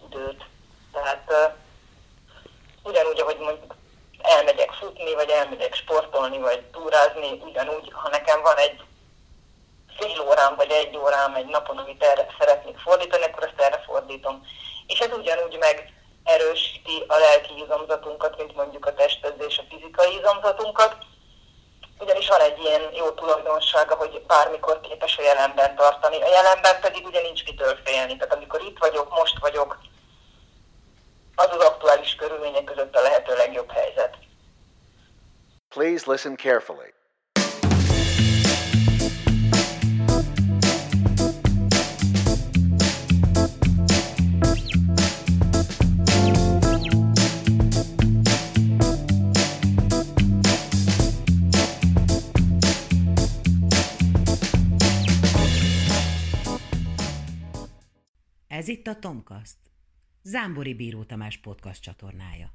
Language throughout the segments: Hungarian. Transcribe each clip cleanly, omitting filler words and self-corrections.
időt. Tehát ugyanúgy, ahogy mondjuk elmegyek futni, vagy elmegyek sportolni, vagy túrázni, ugyanúgy, ha nekem van egy fél órám, vagy egy órám egy napon, amit erre szeretnék fordítani, akkor ezt erre fordítom. És ez ugyanúgy megerősíti a lelki izomzatunkat, mint mondjuk a testedzés, a fizikai izomzatunkat. Ugyanis van egy ilyen jó tulajdonsága, hogy bármikor képes a jelenben tartani. A jelenben pedig ugye nincs mitől félni. Tehát amikor itt vagyok, most vagyok, az az aktuális körülmények között a lehető legjobb helyzet. Please listen carefully. Ez itt a Tomcast, Zámbori Bíró Tamás podcast csatornája.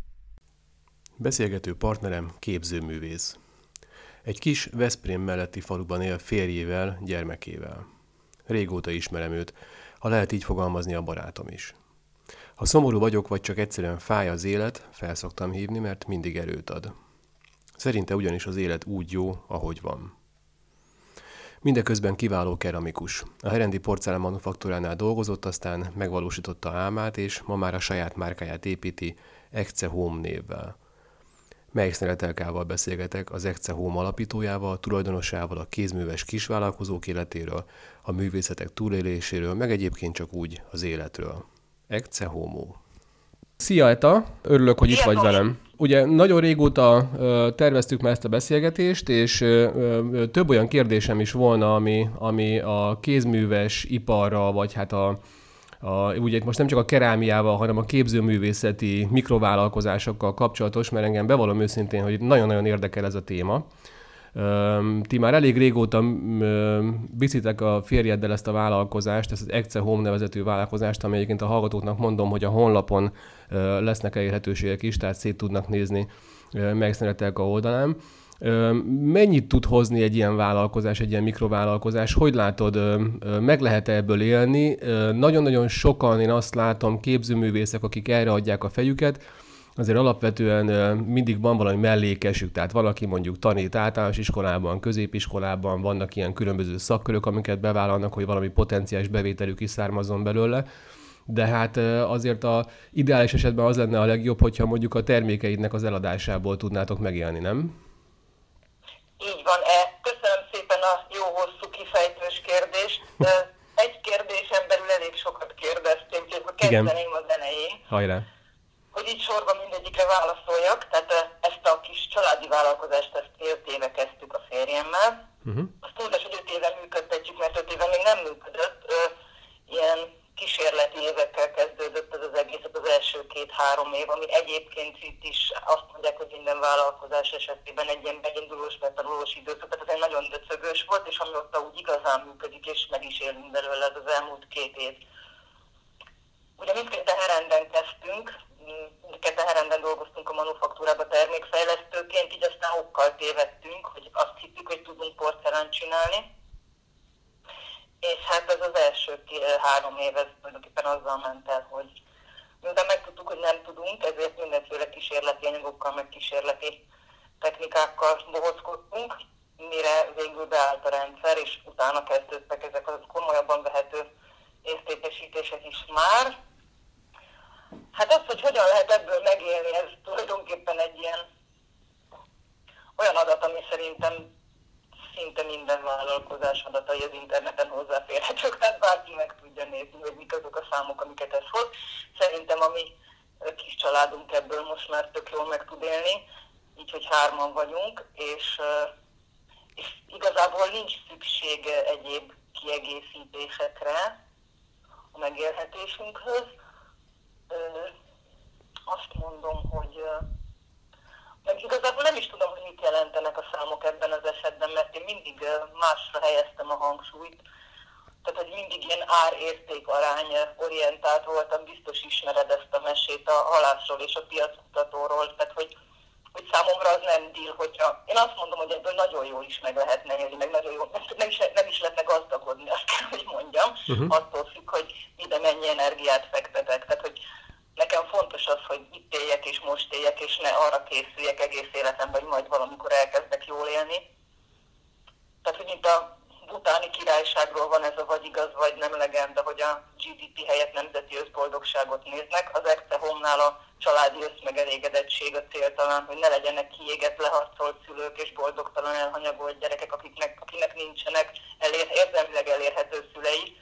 Beszélgető partnerem képzőművész. Egy kis Veszprém melletti faluban él férjével, gyermekével. Régóta ismerem őt, ha lehet így fogalmazni, a barátom is. Ha szomorú vagyok, vagy csak egyszerűen fáj az élet, felszoktam hívni, mert mindig erőt ad. Szerinte ugyanis az élet úgy jó, ahogy van. Mindeközben kiváló keramikus. A Herendi Porcelán Manufaktúránál dolgozott, aztán megvalósította álmát, és ma már a saját márkáját építi Ecce Home névvel. Meixner beszélgetek az Ecce Home alapítójával, tulajdonosával, a kézműves kisvállalkozók életéről, a művészetek túléléséről, meg egyébként csak úgy az életről. Ecce Homo. Szia Eta, örülök, hogy itt vagy velem. Ugye nagyon régóta terveztük már ezt a beszélgetést, és több olyan kérdésem is volna, ami a kézműves iparra, vagy hát ugye itt most nem csak a kerámiával, hanem a képzőművészeti mikrovállalkozásokkal kapcsolatos, mert engem bevallom őszintén, hogy nagyon-nagyon érdekel ez a téma. Ti már elég régóta viszitek a férjeddel ezt a vállalkozást, ezt az Ecce Home nevezetű vállalkozást, ami egyébként a hallgatóknak mondom, hogy a honlapon lesznek elérhetőségek is, tehát szét tudnak nézni Meixner oldalán. Mennyit tud hozni egy ilyen vállalkozás, egy ilyen mikrovállalkozás? Hogy látod, meg lehet ebből élni? Nagyon-nagyon sokan, én azt látom, képzőművészek, akik erre adják a fejüket, azért alapvetően mindig van valami mellékesük, tehát valaki mondjuk tanít általános iskolában, középiskolában, vannak ilyen különböző szakkörök, amiket bevállalnak, hogy valami potenciális bevételük is származzon belőle, de hát azért az ideális esetben az lenne a legjobb, hogyha mondjuk a termékeidnek az eladásából tudnátok megélni, nem? Így van. Köszönöm szépen a jó hosszú kifejtős kérdést. Egy kérdésen belül elég sokat kérdeztél, úgyhogy akkor kezdeném az elején. Hajrá! Hogy így sorban mindegyikre válaszoljak. Tehát ezt a kis családi vállalkozást, ezt 5 éve kezdtük a férjemmel. Azt tudod, hogy 5 éve működtetjük, mert 5 éve még nem működött. Ilyen kísérleti évekkel kezdődött ez az egész, az első 2-3 év, ami egyébként itt is azt mondják, hogy minden vállalkozás esetében egy ilyen megindulós, betanulós időszak, tehát ez egy nagyon döcögős volt, és amióta úgy igazán működik, és meg is élünk belőle az elmúlt 2 év. Ugye mindketten Herenden kezdtünk, mindketten Herenden dolgoztunk a manufaktúrában termékfejlesztőként, így aztán okkal tévedtünk, hogy azt hittük, hogy tudunk porcelánt csinálni. És hát ez az első 3 év, ez tulajdonképpen azzal ment el, hogy miután megtudtuk, hogy nem tudunk, ezért mindenféle kísérleti anyagokkal, meg kísérleti technikákkal bohockodtunk, mire végül beállt a rendszer, és utána kezdődtek ezek a komolyabban vehető értékesítések is már. Hát az, hogy hogyan lehet ebből megélni, ez tulajdonképpen egy ilyen olyan adat, ami szerintem szinte minden vállalkozás adatai az interneten hozzáférhetők, tehát bárki meg tudja nézni, hogy mik azok a számok, amiket ez hoz. Szerintem a mi kis családunk ebből most már tök jól meg tud élni, így, hogy 3-an vagyunk, és igazából nincs szükség egyéb kiegészítésekre a megélhetésünkhöz. Azt mondom, hogy meg igazából nem is tudom, hogy mit jelentenek a számok ebben az esetben, mert én mindig másra helyeztem a hangsúlyt. Tehát, hogy mindig ilyen ár-érték arány orientált voltam, biztos ismered ezt a mesét a halászról és a piackutatóról. Tehát, hogy számomra az nem deal, hogyha én azt mondom, hogy ebből nagyon jól is meg lehetne élni, meg nagyon jól, nem is lehetne gazdagodni, azt kell, hogy mondjam. Attól függ, hogy ide mennyi energiát fektetek. Tehát, most éljek, és ne arra készüljek egész életemben, hogy majd valamikor elkezdek jól élni. Tehát, hogy itt a butáni királyságról van ez a vagy igaz, vagy nem legenda, hogy a GDP helyett nemzeti összboldogságot néznek. Az Ecce Home-nál a családi összmegelégedettség a céltalan, hogy ne legyenek kiégett, leharcolt szülők és boldogtalan elhanyagolt gyerekek, akinek nincsenek érzelmileg elérhető szülei.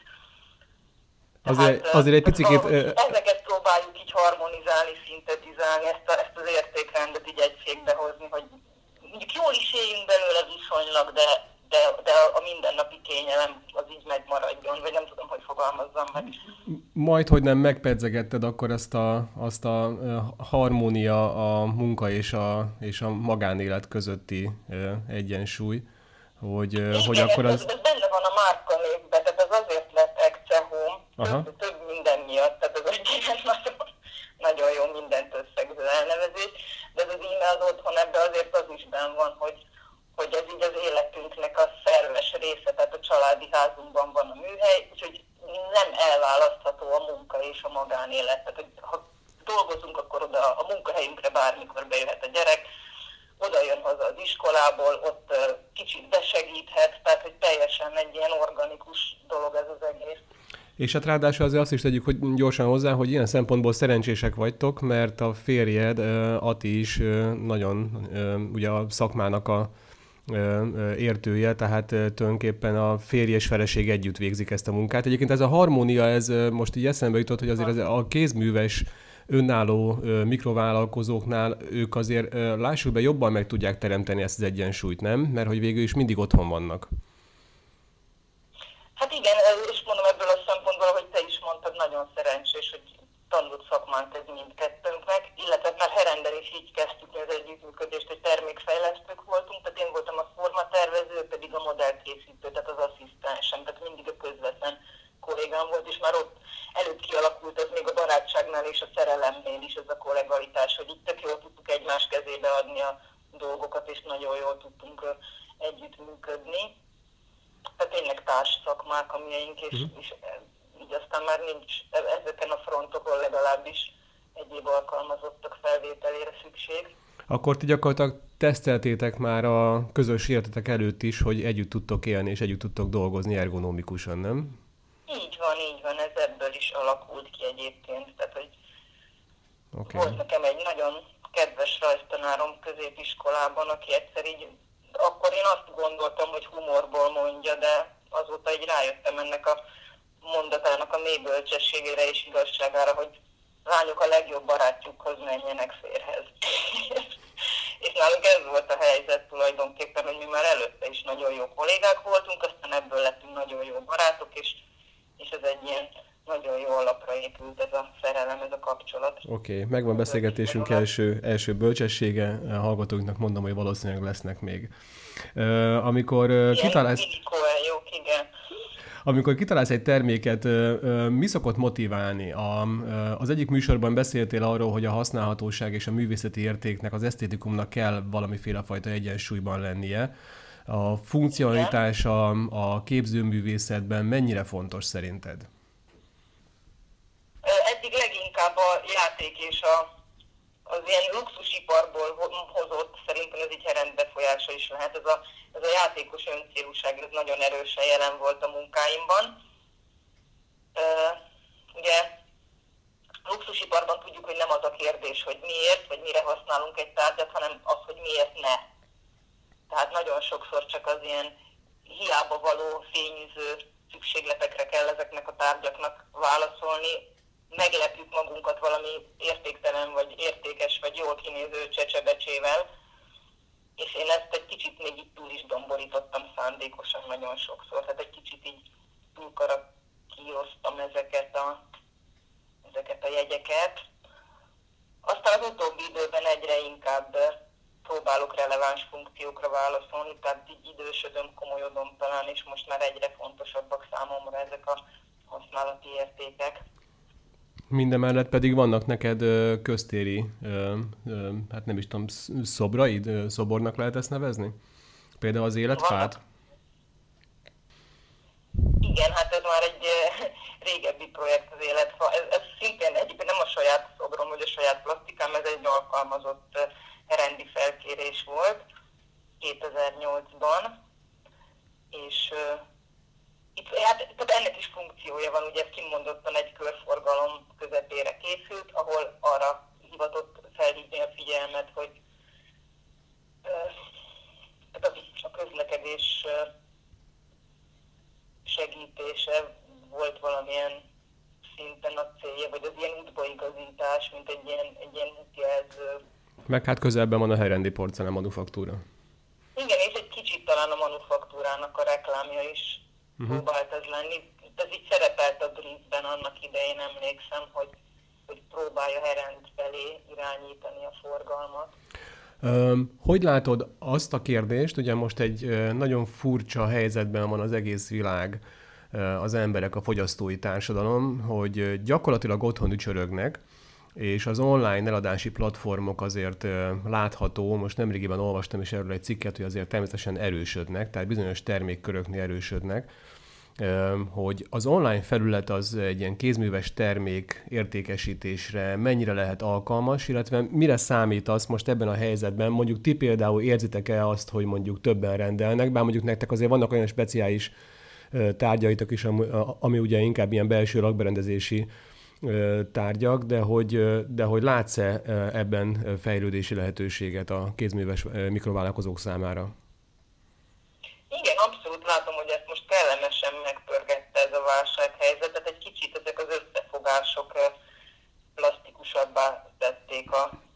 Azért egy picit... Ezeket próbáljuk így harmonizálni, szintetizálni, ezt az értékrendet így egységbe hozni, hogy mondjuk jól is éljünk belőle viszonylag, de a mindennapi kényelem az így megmaradjon, vagy nem tudom, hogy fogalmazzam meg. Majd, hogy nem megpedzegetted akkor azt a harmónia a munka és a magánélet közötti egyensúly, hogy akkor az... Ez benne van a márka névben, tehát ez azért lett Ecce Home, több minden miatt, tehát ez egy nagyon jó mindent összegző elnevezés, de ez az e-mail otthon ebben azért az is benn van, hogy ez így az életünknek a szerves része, tehát a családi házunkban van a műhely, úgyhogy nem elválasztható a munka és a magánélet. Tehát, hogy ha dolgozunk, akkor oda a munkahelyünkre bármikor bejöhet a gyerek, oda jön haza az iskolából, ott kicsit besegíthet, tehát hogy teljesen egy ilyen organikus dolog ez az egész. És hát ráadásul azért azt is tegyük, hogy gyorsan hozzá, hogy ilyen szempontból szerencsések vagytok, mert a férjed, Ati is nagyon ugye a szakmának a értője, tehát tulajdonképpen a férj és feleség együtt végzik ezt a munkát. Egyébként ez a harmónia, ez most így eszembe jutott, hogy azért a kézműves önálló mikrovállalkozóknál ők azért lássuk be jobban meg tudják teremteni ezt az egyensúlyt, nem? Mert hogy végül is mindig otthon vannak. Hát igen, és mondom ebből a szempontból, hogy te is mondtad, nagyon szerencsés, hogy tanult szakmánk ez mindkettőnknek, illetve már Herenden is így kezdtük az együttműködést, hogy termékfejlesztők voltunk, tehát én voltam a formatervező, pedig a modellkészítő, tehát az asszisztensem, tehát mindig a közvetlen kollégám volt, és már ott előtt kialakult ez még a barátságnál és a szerelemnél is ez a kollegalitás, hogy itt tök jól tudtuk egymás kezébe adni a dolgokat, és nagyon jól tudtunk együttműködni. Tehát tényleg társszakmák, amilyeink, és így aztán már nincs ezeken a frontokon legalábbis egyéb alkalmazottak felvételére szükség. Akkor ti gyakorlatilag teszteltétek már a közös életetek előtt is, hogy együtt tudtok élni és együtt tudtok dolgozni ergonomikusan, nem? Így van, ez ebből is alakult ki egyébként. Tehát, hogy volt nekem egy nagyon kedves rajztanárom középiskolában, aki egyszer így, akkor én azt gondoltam, hogy humorból mondja, de azóta így rájöttem ennek a mondatának a mély bölcsességére és igazságára, hogy lányok a legjobb barátjukhoz menjenek férhez. És nálunk ez volt a helyzet tulajdonképpen, hogy mi már előtte is nagyon jó kollégák voltunk, aztán ebből lettünk nagyon jó barátok, és ez egy ilyen nagyon jó alapra épült ez a szerelem, ez a kapcsolat. Oké, megvan beszélgetésünk első bölcsessége, a hallgatóknak mondom, hogy valószínűleg lesznek még. Amikor kitalálsz egy terméket, mi szokott motiválni? Az egyik műsorban beszéltél arról, hogy a használhatóság és a művészeti értéknek, az esztétikumnak kell valamiféle fajta egyensúlyban lennie. A funkcionalitás a képzőművészetben mennyire fontos szerinted? Eddig leginkább a játék és az ilyen luxusiparból hozott, szerintem ez így Herend befolyása is lehet. Ez a játékos öncélúság, ez nagyon erősen jelen volt a munkáimban. Ugye luxusiparban tudjuk, hogy nem az a kérdés, hogy miért, vagy mire használunk egy tárgyat, hanem az, hogy miért ne. Tehát nagyon sokszor csak az ilyen hiába való fényűző szükségletekre kell ezeknek a tárgyaknak válaszolni. Meglepjük magunkat valami értéktelen, vagy értékes, vagy jól kinéző csecsebecsével. És én ezt egy kicsit még itt túl is domborítottam szándékosan nagyon sokszor. Tehát egy kicsit így túlkarakíroztam ezeket a jegyeket. Aztán az utóbbi időben egyre inkább próbálok releváns funkciókra válaszolni, tehát így idősödöm, komolyodom talán, és most már egyre fontosabbak számomra ezek a használati értékek. Mindemellett pedig vannak neked köztéri, hát nem is tudom, szobraid? Szobornak lehet ezt nevezni? Például az Életfát? Igen, hát ez már egy régebbi projekt, az Életfa. Ez szintén egyébként nem a saját szobrom, vagy a saját plastikám, ez egy alkalmazott mint egy ilyen útjelző. Meg hát közelben van a Herendi Porcelán Manufaktúra. Igen, és egy kicsit talán a manufaktúrának a reklámja is próbált ez lenni. Ez így szerepelt a briefben annak idején, emlékszem, hogy próbálja Herend felé irányítani a forgalmat. Hogy látod azt a kérdést, ugye most egy nagyon furcsa helyzetben van az egész világ, az emberek, a fogyasztói társadalom, hogy gyakorlatilag otthon ücsörögnek, és az online eladási platformok azért látható, most nemrégiben olvastam is erről egy cikket, hogy azért természetesen erősödnek, tehát bizonyos termékköröknél erősödnek, hogy az online felület az egy ilyen kézműves termék értékesítésre mennyire lehet alkalmas, illetve mire számít az most ebben a helyzetben, mondjuk ti például érzitek-e azt, hogy mondjuk többen rendelnek, bár mondjuk nektek azért vannak olyan speciális tárgyaitok is, ami ugye inkább ilyen belső lakberendezési tárgyak, de hogy látsz-e ebben fejlődési lehetőséget a kézműves mikrovállalkozók számára? Igen, abszolút látom, hogy ezt most kellemesen megpörgette ez a válsághelyzet, tehát egy kicsit ezek az összefogások plastikusabbá tették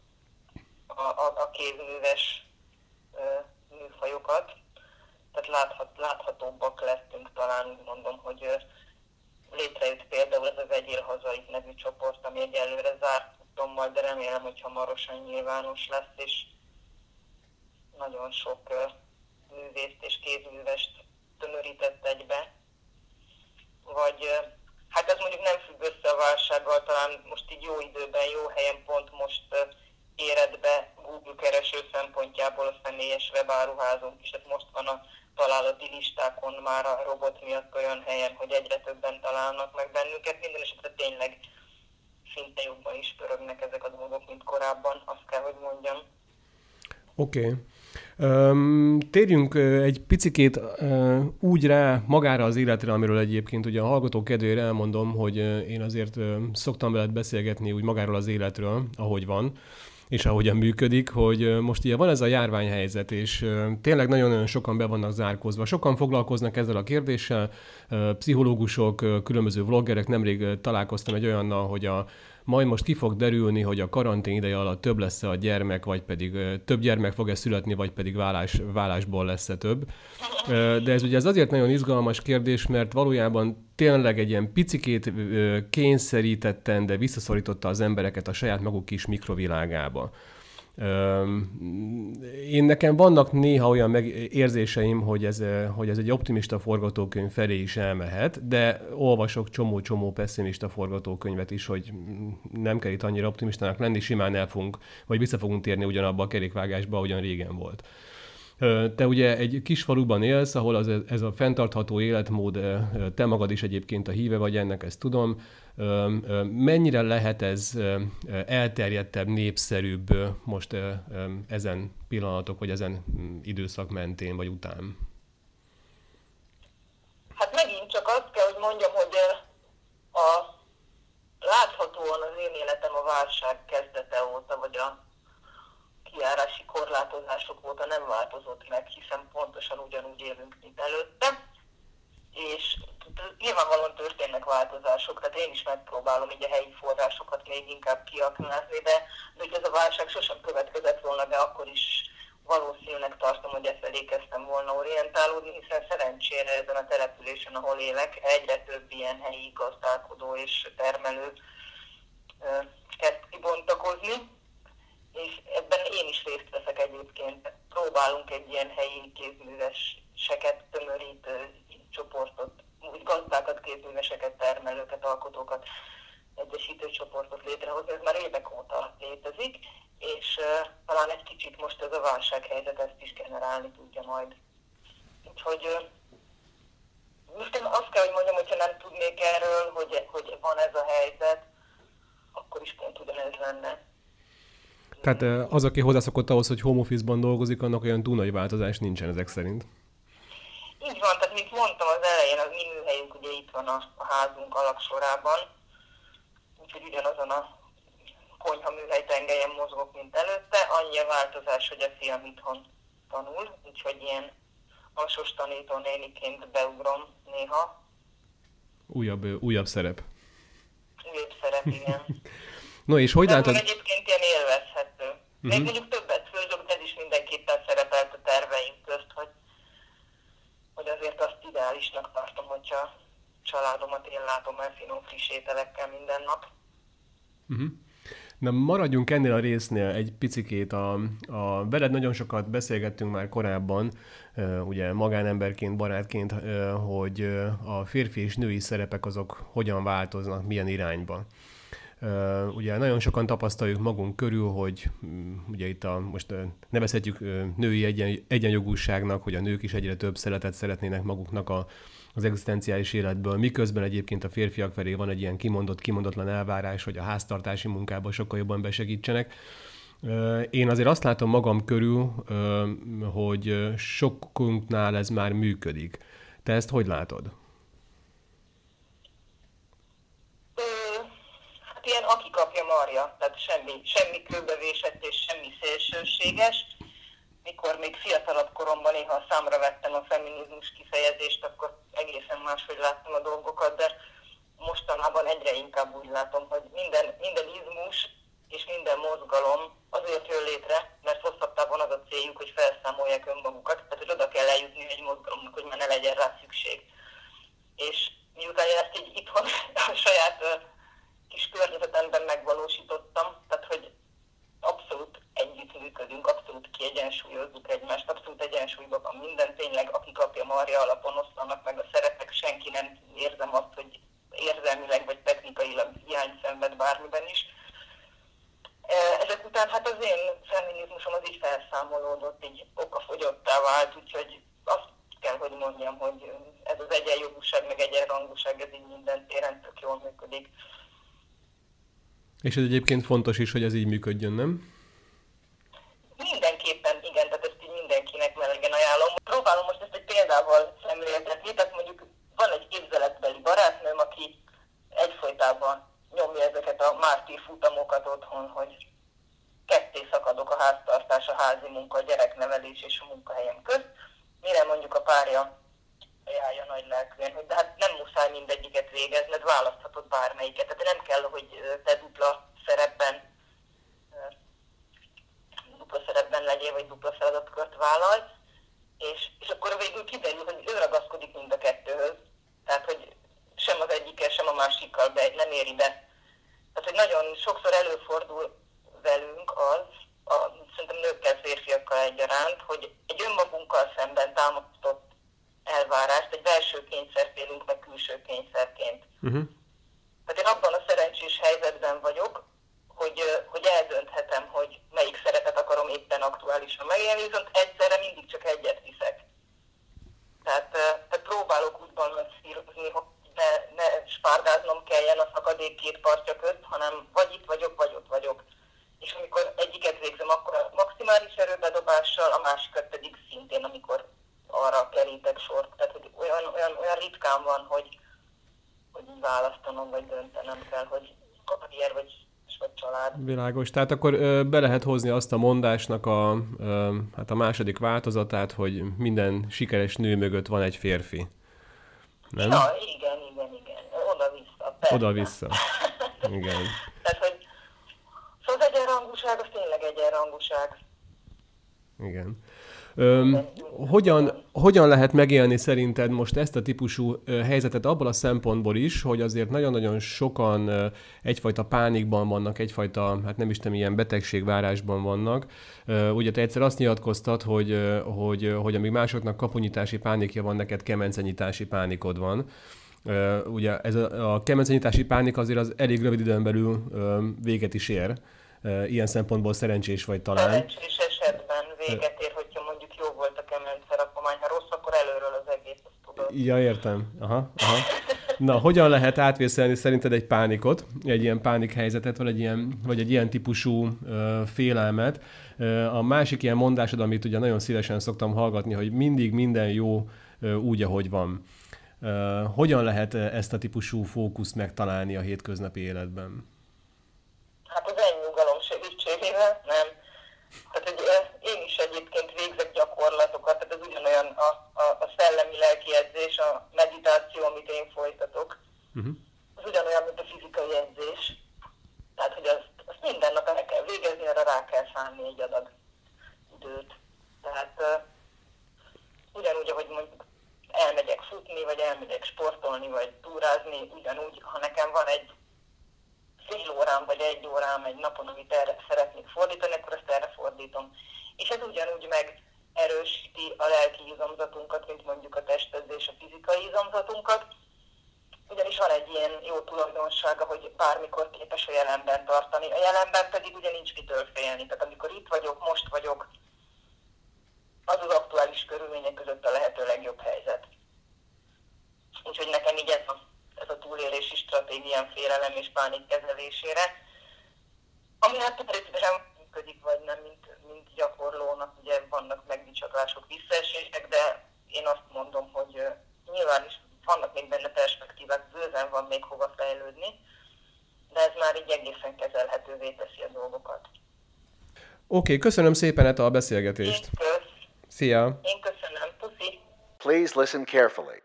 a kézműves műfajokat. Tehát láthatóbbak lettünk talán, úgy mondom, hogy létrejött például ez a Vegyél Haza Itt nevű csoport, ami egyelőre zárt tudtommal, de remélem, hogy hamarosan nyilvános lesz, és nagyon sok művészt és kézművest tömörített egybe. Vagy hát ez mondjuk nem függ össze a válsággal, talán most így jó időben, jó helyen pont most éred be Google kereső szempontjából a személyes webáruházunk is, tehát most van a találati listákon már a robot miatt olyan helyen, hogy egyre többen találnak meg bennünket. Minden esetre tényleg szinte jobban is pörögnek ezek a dolgok, mint korábban, azt kell, hogy mondjam. Oké. Térjünk egy picikét úgy rá magára az életre, amiről egyébként ugye a hallgatók kedvére elmondom, hogy én azért szoktam veled beszélgetni úgy magáról az életről, ahogy van, és ahogyan működik, hogy most ugye van ez a járványhelyzet, és tényleg nagyon-nagyon sokan be vannak zárkózva. Sokan foglalkoznak ezzel a kérdéssel, pszichológusok, különböző vloggerek, nemrég találkoztam egy olyannal, hogy majd most ki fog derülni, hogy a karantén ideje alatt több lesz a gyermek, vagy pedig több gyermek fog-e születni, vagy pedig vállásból lesz-e több. De ez azért nagyon izgalmas kérdés, mert valójában tényleg egy ilyen picikét kényszerítetten, de visszaszorította az embereket a saját maguk kis mikrovilágába. Én nekem vannak néha olyan érzéseim, hogy ez egy optimista forgatókönyv felé is elmehet, de olvasok csomó pessimista forgatókönyvet is, hogy nem kell itt annyira optimistának lenni, simán vagy vissza fogunk térni ugyanabba a kerékvágásba, ahogyan régen volt. Te ugye egy kis faluban élsz, ahol ez a fenntartható életmód, te magad is egyébként a híve vagy ennek, ezt tudom. Mennyire lehet ez elterjedtebb, népszerűbb most ezen pillanatok, vagy ezen időszak mentén, vagy után? Hát megint csak azt kell, hogy mondjam, hogy láthatóan az én életem a válság kezdete óta, vagy a kijárási korlátozások óta nem változott meg, hiszen pontosan ugyanúgy élünk, mint előtte. És nyilvánvalóan történnek változások, tehát én is megpróbálom így a helyi forrásokat még inkább kiaknázni, de hogy ez a válság sosem következett volna, de akkor is valószínűleg tartom, hogy e felé kezdtem volna orientálódni, hiszen szerencsére ezen a településen, ahol élek, egyre több ilyen helyi gazdálkodó és termelő kezd kibontakozni, és ebben én is részt veszek egyébként. Próbálunk egy ilyen helyi kézműveseket tömörítő csoportot, úgy gazdákat, kézműveseket, termelőket, alkotókat, egyesítő csoportot létrehozni. Ez már évek óta létezik, és talán egy kicsit most ez a válsághelyzet ezt is generálni tudja majd. Úgyhogy most én azt kell, hogy mondjam, hogyha nem tudnék erről, hogy van ez a helyzet, akkor is pont ugyanez lenne. Tehát az, aki hozzászokott ahhoz, hogy home office-ban dolgozik, annak olyan túl nagy változás nincsen ezek szerint. Így van, tehát mint mondtam az elején, az mi műhelyünk ugye itt van a házunk alaksorában, úgyhogy ugyanazon a konyha műhely tengelyen mozgok, mint előtte. Annyi a változás, hogy a fiam itthon tanul, úgyhogy ilyen alsós tanítónéniként beugrom néha. Újabb szerep. Újabb szerep, igen. No, és hogy látod? Egyébként ilyen élvezhető. Még mondjuk többet főzök, de ez is mindenképpen szerepelt a terveink közt, hogy azért azt ideálisnak tartom, hogyha a családomat én látom el finom friss ételekkel minden nap. Na, maradjunk ennél a résznél egy picikét. Veled nagyon sokat beszélgettünk már korábban, ugye magánemberként, barátként, hogy a férfi és női szerepek azok hogyan változnak, milyen irányba. Ugye nagyon sokan tapasztaljuk magunk körül, hogy ugye itt most nevezhetjük női egyenjogúságnak, hogy a nők is egyre több szeretet szeretnének maguknak az egzisztenciális életből, miközben egyébként a férfiak felé van egy ilyen kimondatlan elvárás, hogy a háztartási munkában sokkal jobban besegítsenek. Én azért azt látom magam körül, hogy sokunknál ez már működik. Te ezt hogy látod? Hát ilyen aki kapja marja, tehát semmi kőbevésett és semmi szélsőséges. Mikor még fiatalabb koromban néha számra vettem a feminizmus kifejezést, akkor egészen máshogy láttam a dolgokat, de mostanában egyre inkább úgy látom, hogy minden izmus és minden mozgalom azért jön létre, mert hosszabb távon az a céljuk, hogy felszámolják önmagukat, tehát hogy oda kell eljutni egy mozgalomnak, hogy már ne legyen rá szükség. És miután én ezt így itthon a saját kis környezetemben megvalósítottam, tehát hogy abszolút együttműködünk, abszolút kiegyensúlyozzuk egymást, abszolút egyensúlyban van minden, tényleg aki kapja marja alapon oszlanak meg a szerepek, senki nem érzem azt, hogy érzelmileg vagy technikailag hiány szenved bármiben is. Ezek után hát az én feminizmusom az így felszámolódott, így okafogyottá vált, úgyhogy azt kell, hogy mondjam, hogy ez az egyenjogúság, meg egyenrangúság, ez így minden téren tök jól működik. És ez egyébként fontos is, hogy ez így működjön, nem? Mindenképpen igen, tehát ezt így mindenkinek melegen ajánlom. Próbálom most ezt egy példával szemléltetni, tehát mondjuk van egy képzeletbeli barátnőm, aki egyfolytában nyomja ezeket a mártír futamokat otthon, hogy ketté szakadok a háztartás, a házi munka, a gyereknevelés és a munkahelyem közt, mire mondjuk a párja ajánlja nagy lelkűen, hogy de hát nem muszáj mindegyiket végezned, választhatod bármelyiket. Tehát nem kell, hogy te dupla szerepben legyél, vagy dupla feladatkört vállalj, és akkor végül kiderül, hogy ő ragaszkodik mind a kettőhöz. Tehát, hogy sem az egyikkel, sem a másikkal nem éri be. Tehát, hogy nagyon sokszor előfordul velünk szerintem nőkkel, férfiakkal egyaránt, hogy egy önmagunkkal szemben támasztott elvárást, egy belső kényszert élünk meg külső kényszerként. Tehát én abban a szerencsés helyzetben vagyok, hogy eldönthetem, hogy melyik szeretet akarom éppen aktuálisan megélni, viszont egyszerre mindig csak egyet viszek. Tehát próbálok úgy balansírozni, hogy ne spárdáznom kelljen a szakadék két partja közt, hanem vagy itt vagyok, vagy ott vagyok. És amikor egyiket végzem, akkor a maximális erőbedobással, a másikat pedig szintén, amikor arra kerítek sort. Tehát hogy olyan ritkán van, hogy így választanom, vagy döntenem kell, hogy karrier vagy család. Világos. Tehát akkor be lehet hozni azt a mondásnak a második változatát, hogy minden sikeres nő mögött van egy férfi. Nem? Ja, igen. Oda-vissza. Persze. Oda-vissza. Igen. Tehát, hogy szóval az egyenrangúság, az tényleg egyenrangúság. Igen. Hogyan lehet megélni szerinted most ezt a típusú helyzetet abból a szempontból is, hogy azért nagyon-nagyon sokan egyfajta pánikban vannak, egyfajta, hát nem is tudom, ilyen betegségvárásban vannak. Ugye te egyszer azt nyilatkoztad, hogy amíg másoknak kapunyítási pánikja van, neked kemencenyitási pánikod van. Ugye ez a kemencenyitási pánik azért az elég rövid időn belül véget is ér. Ilyen szempontból szerencsés vagy talán. Szerencsés esetben véget ér, hogyha mondjuk jó volt a kemencerakomány, ha rossz, akkor előről az egész, azt tudod. Ja, értem. Aha. Na, hogyan lehet átvészelni szerinted egy pánikot, egy ilyen pánikhelyzetet, vagy egy ilyen típusú félelmet? A másik ilyen mondásod, amit ugye nagyon szívesen szoktam hallgatni, hogy mindig minden jó úgy, ahogy van. Hogyan lehet ezt a típusú fókuszt megtalálni a hétköznapi életben? Hát az nyugalom segítségével, nem. Tehát, hogy én is egyébként végzek gyakorlatokat, tehát ez ugyanolyan a szellemi lelki edzés, a meditáció, amit én folytatok. Az ugyanolyan, mint a fizikai edzés. Tehát, hogy azt szánni egy adag időt. Tehát ugyanúgy, ahogy mondjuk elmegyek futni, vagy elmegyek sportolni, vagy túrázni, ugyanúgy, ha nekem van egy fél órám, vagy egy órám egy napon, amit erre szeretnék fordítani, akkor ezt erre fordítom. És ez ugyanúgy megerősíti a lelki izomzatunkat, mint mondjuk a testedzés a fizikai izomzatunkat. Ugyanis van egy ilyen jó tulajdonsága, hogy bármikor képes a jelenben tartani. A jelenben pedig ugye nincs mitől félni. Tehát amikor itt vagyok, most vagyok, az az aktuális körülmények között a lehető legjobb helyzet. Úgyhogy nekem így ez a túlélési stratégiám félelem és pánik kezelésére, ami hát természetesen működik, vagy nem, mint gyakorlónak, ugye vannak megbicsaklások, visszaesések, de én azt mondom, hogy nyilván is vannak még benne perspektívák, bőven van még hova fejlődni, de ez már így egészen kezelhetővé teszi a dolgokat. Oké, köszönöm szépen, Eta, a beszélgetést. Én kösz. Szia! Én köszönöm. Puszi! Please listen carefully.